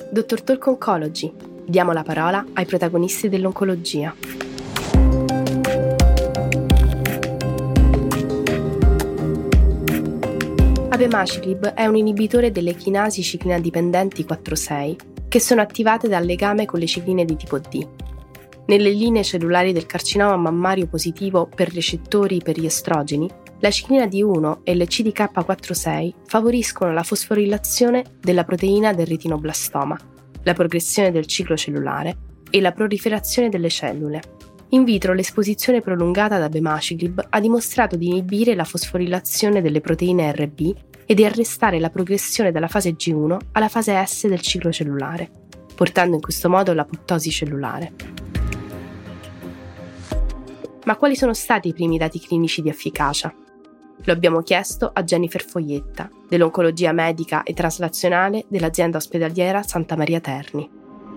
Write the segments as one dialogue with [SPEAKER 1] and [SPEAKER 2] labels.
[SPEAKER 1] Dottor Talk Oncology. Diamo la parola ai protagonisti dell'oncologia. Abemaciclib è un inibitore delle chinasi ciclina dipendenti 4-6 che sono attivate dal legame con le cicline di tipo D. Nelle linee cellulari del carcinoma mammario positivo per recettori per gli estrogeni, la ciclina D1 e le CDK4-6 favoriscono la fosforilazione della proteina del retinoblastoma, la progressione del ciclo cellulare e la proliferazione delle cellule. In vitro l'esposizione prolungata ad abemaciclib ha dimostrato di inibire la fosforilazione delle proteine Rb e di arrestare la progressione dalla fase G1 alla fase S del ciclo cellulare, portando in questo modo l'apoptosi cellulare. Ma quali sono stati i primi dati clinici di efficacia? Lo abbiamo chiesto a Jennifer Foglietta, dell'oncologia medica e traslazionale dell'azienda ospedaliera Santa Maria Terni.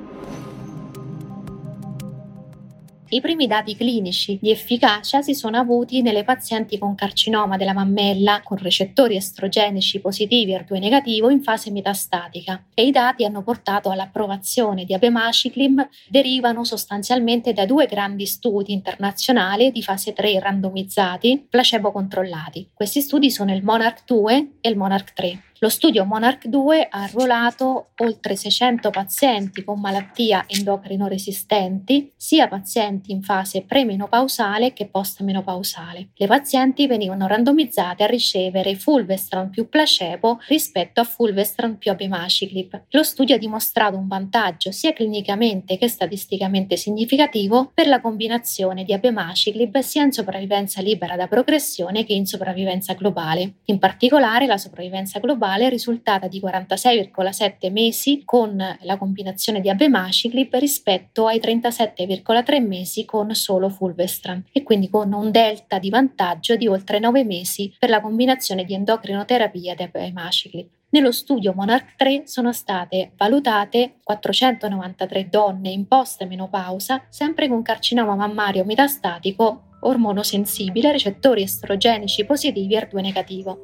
[SPEAKER 2] I primi dati clinici di efficacia si sono avuti nelle pazienti con carcinoma della mammella con recettori estrogenici positivi ER2 negativo in fase metastatica e i dati hanno portato all'approvazione di abemaciclib. Derivano sostanzialmente da due grandi studi internazionali di fase 3 randomizzati, placebo controllati. Questi studi sono il Monarch 2 e il Monarch 3. Lo studio Monarch 2 ha arruolato oltre 600 pazienti con malattia endocrino resistenti, sia pazienti in fase premenopausale che postmenopausale. Le pazienti venivano randomizzate a ricevere fulvestrant più placebo rispetto a fulvestrant più abemaciclib. Lo studio ha dimostrato un vantaggio sia clinicamente che statisticamente significativo per la combinazione di abemaciclib sia in sopravvivenza libera da progressione che in sopravvivenza globale. In particolare la sopravvivenza globale è risultata di 46,7 mesi con la combinazione di abemaciclib rispetto ai 37,3 mesi con solo fulvestrant e quindi con un delta di vantaggio di oltre 9 mesi per la combinazione di endocrinoterapia di abemaciclib. Nello studio Monarch 3 sono state valutate 493 donne in post-menopausa, sempre con carcinoma mammario metastatico ormonosensibile, recettori estrogenici positivi ER2 negativo.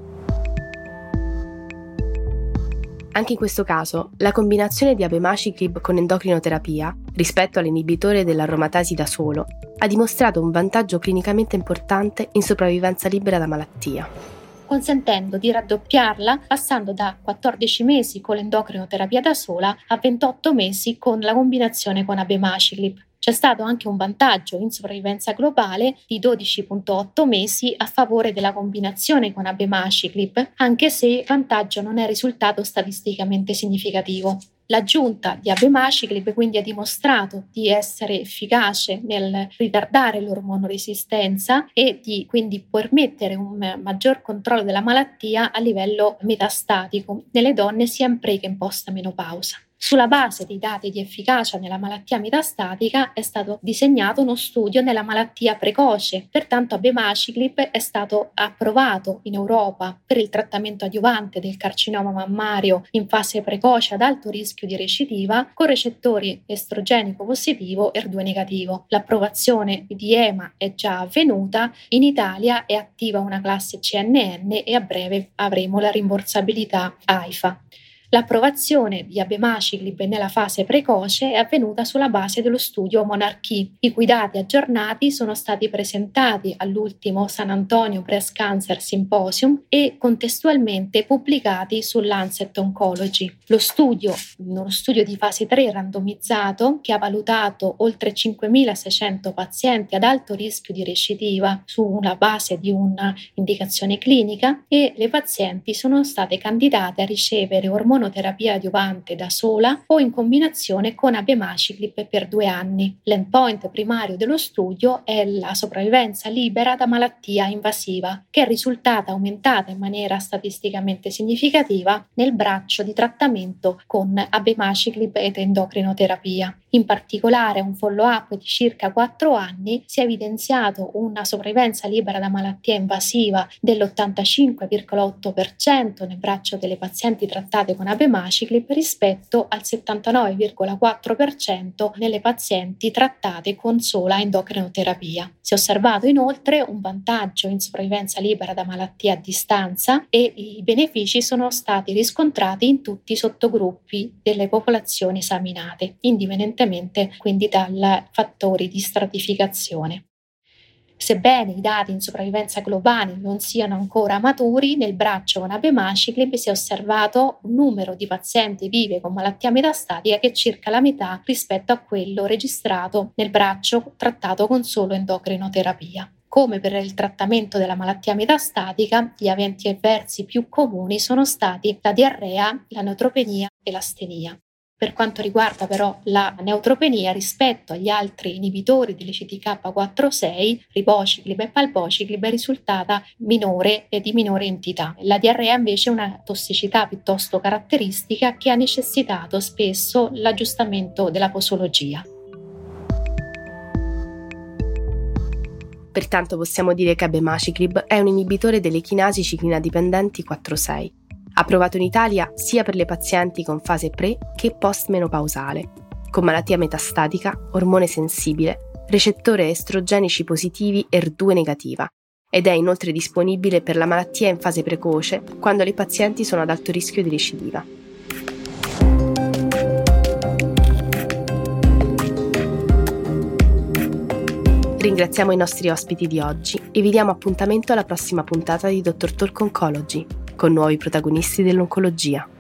[SPEAKER 1] Anche in questo caso, la combinazione di abemaciclib con endocrinoterapia, rispetto all'inibitore dell'aromatasi da solo, ha dimostrato un vantaggio clinicamente importante in sopravvivenza libera da malattia,
[SPEAKER 2] consentendo di raddoppiarla passando da 14 mesi con l'endocrinoterapia da sola a 28 mesi con la combinazione con abemaciclib. C'è stato anche un vantaggio in sopravvivenza globale di 12,8 mesi a favore della combinazione con abemaciclib, anche se il vantaggio non è risultato statisticamente significativo. L'aggiunta di abemaciclib quindi ha dimostrato di essere efficace nel ritardare l'ormonoresistenza e di quindi permettere un maggior controllo della malattia a livello metastatico nelle donne sia in pre che in post-menopausa. Sulla base dei dati di efficacia nella malattia metastatica è stato disegnato uno studio nella malattia precoce, pertanto abemaciclib è stato approvato in Europa per il trattamento adiuvante del carcinoma mammario in fase precoce ad alto rischio di recidiva con recettori estrogenico positivo ER2 negativo. L'approvazione di EMA è già avvenuta, in Italia è attiva una classe CNN e a breve avremo la rimborsabilità AIFA. L'approvazione di abemaciclib nella fase precoce è avvenuta sulla base dello studio Monarch, i cui dati aggiornati sono stati presentati all'ultimo San Antonio Breast Cancer Symposium e contestualmente pubblicati sull'Lancet Oncology. Uno studio di fase 3 randomizzato che ha valutato oltre 5.600 pazienti ad alto rischio di recidiva sulla base di un'indicazione clinica e le pazienti sono state candidate a ricevere ormonoterapia adiuvante da sola o in combinazione con abemaciclib per 2 anni. L'endpoint primario dello studio è la sopravvivenza libera da malattia invasiva, che è risultata aumentata in maniera statisticamente significativa nel braccio di trattamento con abemaciclib ed endocrinoterapia. In particolare, un follow-up di circa 4 anni si è evidenziato una sopravvivenza libera da malattia invasiva dell'85,8% nel braccio delle pazienti trattate con con abemaciclib rispetto al 79,4% nelle pazienti trattate con sola endocrinoterapia. Si è osservato inoltre un vantaggio in sopravvivenza libera da malattia a distanza e i benefici sono stati riscontrati in tutti i sottogruppi delle popolazioni esaminate, indipendentemente quindi dai fattori di stratificazione. Sebbene i dati in sopravvivenza globali non siano ancora maturi, nel braccio con abemaciclib si è osservato un numero di pazienti vive con malattia metastatica che è circa la metà rispetto a quello registrato nel braccio trattato con solo endocrinoterapia. Come per il trattamento della malattia metastatica, gli eventi avversi più comuni sono stati la diarrea, la neutropenia e l'astenia. Per quanto riguarda però la neutropenia, rispetto agli altri inibitori delle CDK4/6, ribociclib e palbociclib, è risultata minore e di minore entità. La diarrea invece è una tossicità piuttosto caratteristica che ha necessitato spesso l'aggiustamento della posologia.
[SPEAKER 1] Pertanto possiamo dire che abemaciclib è un inibitore delle chinasi ciclina dipendenti 4/6. Approvato in Italia sia per le pazienti con fase pre che postmenopausale, con malattia metastatica, ormone sensibile, recettore estrogenici positivi ER2 negativa, ed è inoltre disponibile per la malattia in fase precoce quando le pazienti sono ad alto rischio di recidiva. Ringraziamo i nostri ospiti di oggi e vi diamo appuntamento alla prossima puntata di Dr. Talk Oncology, con nuovi protagonisti dell'oncologia.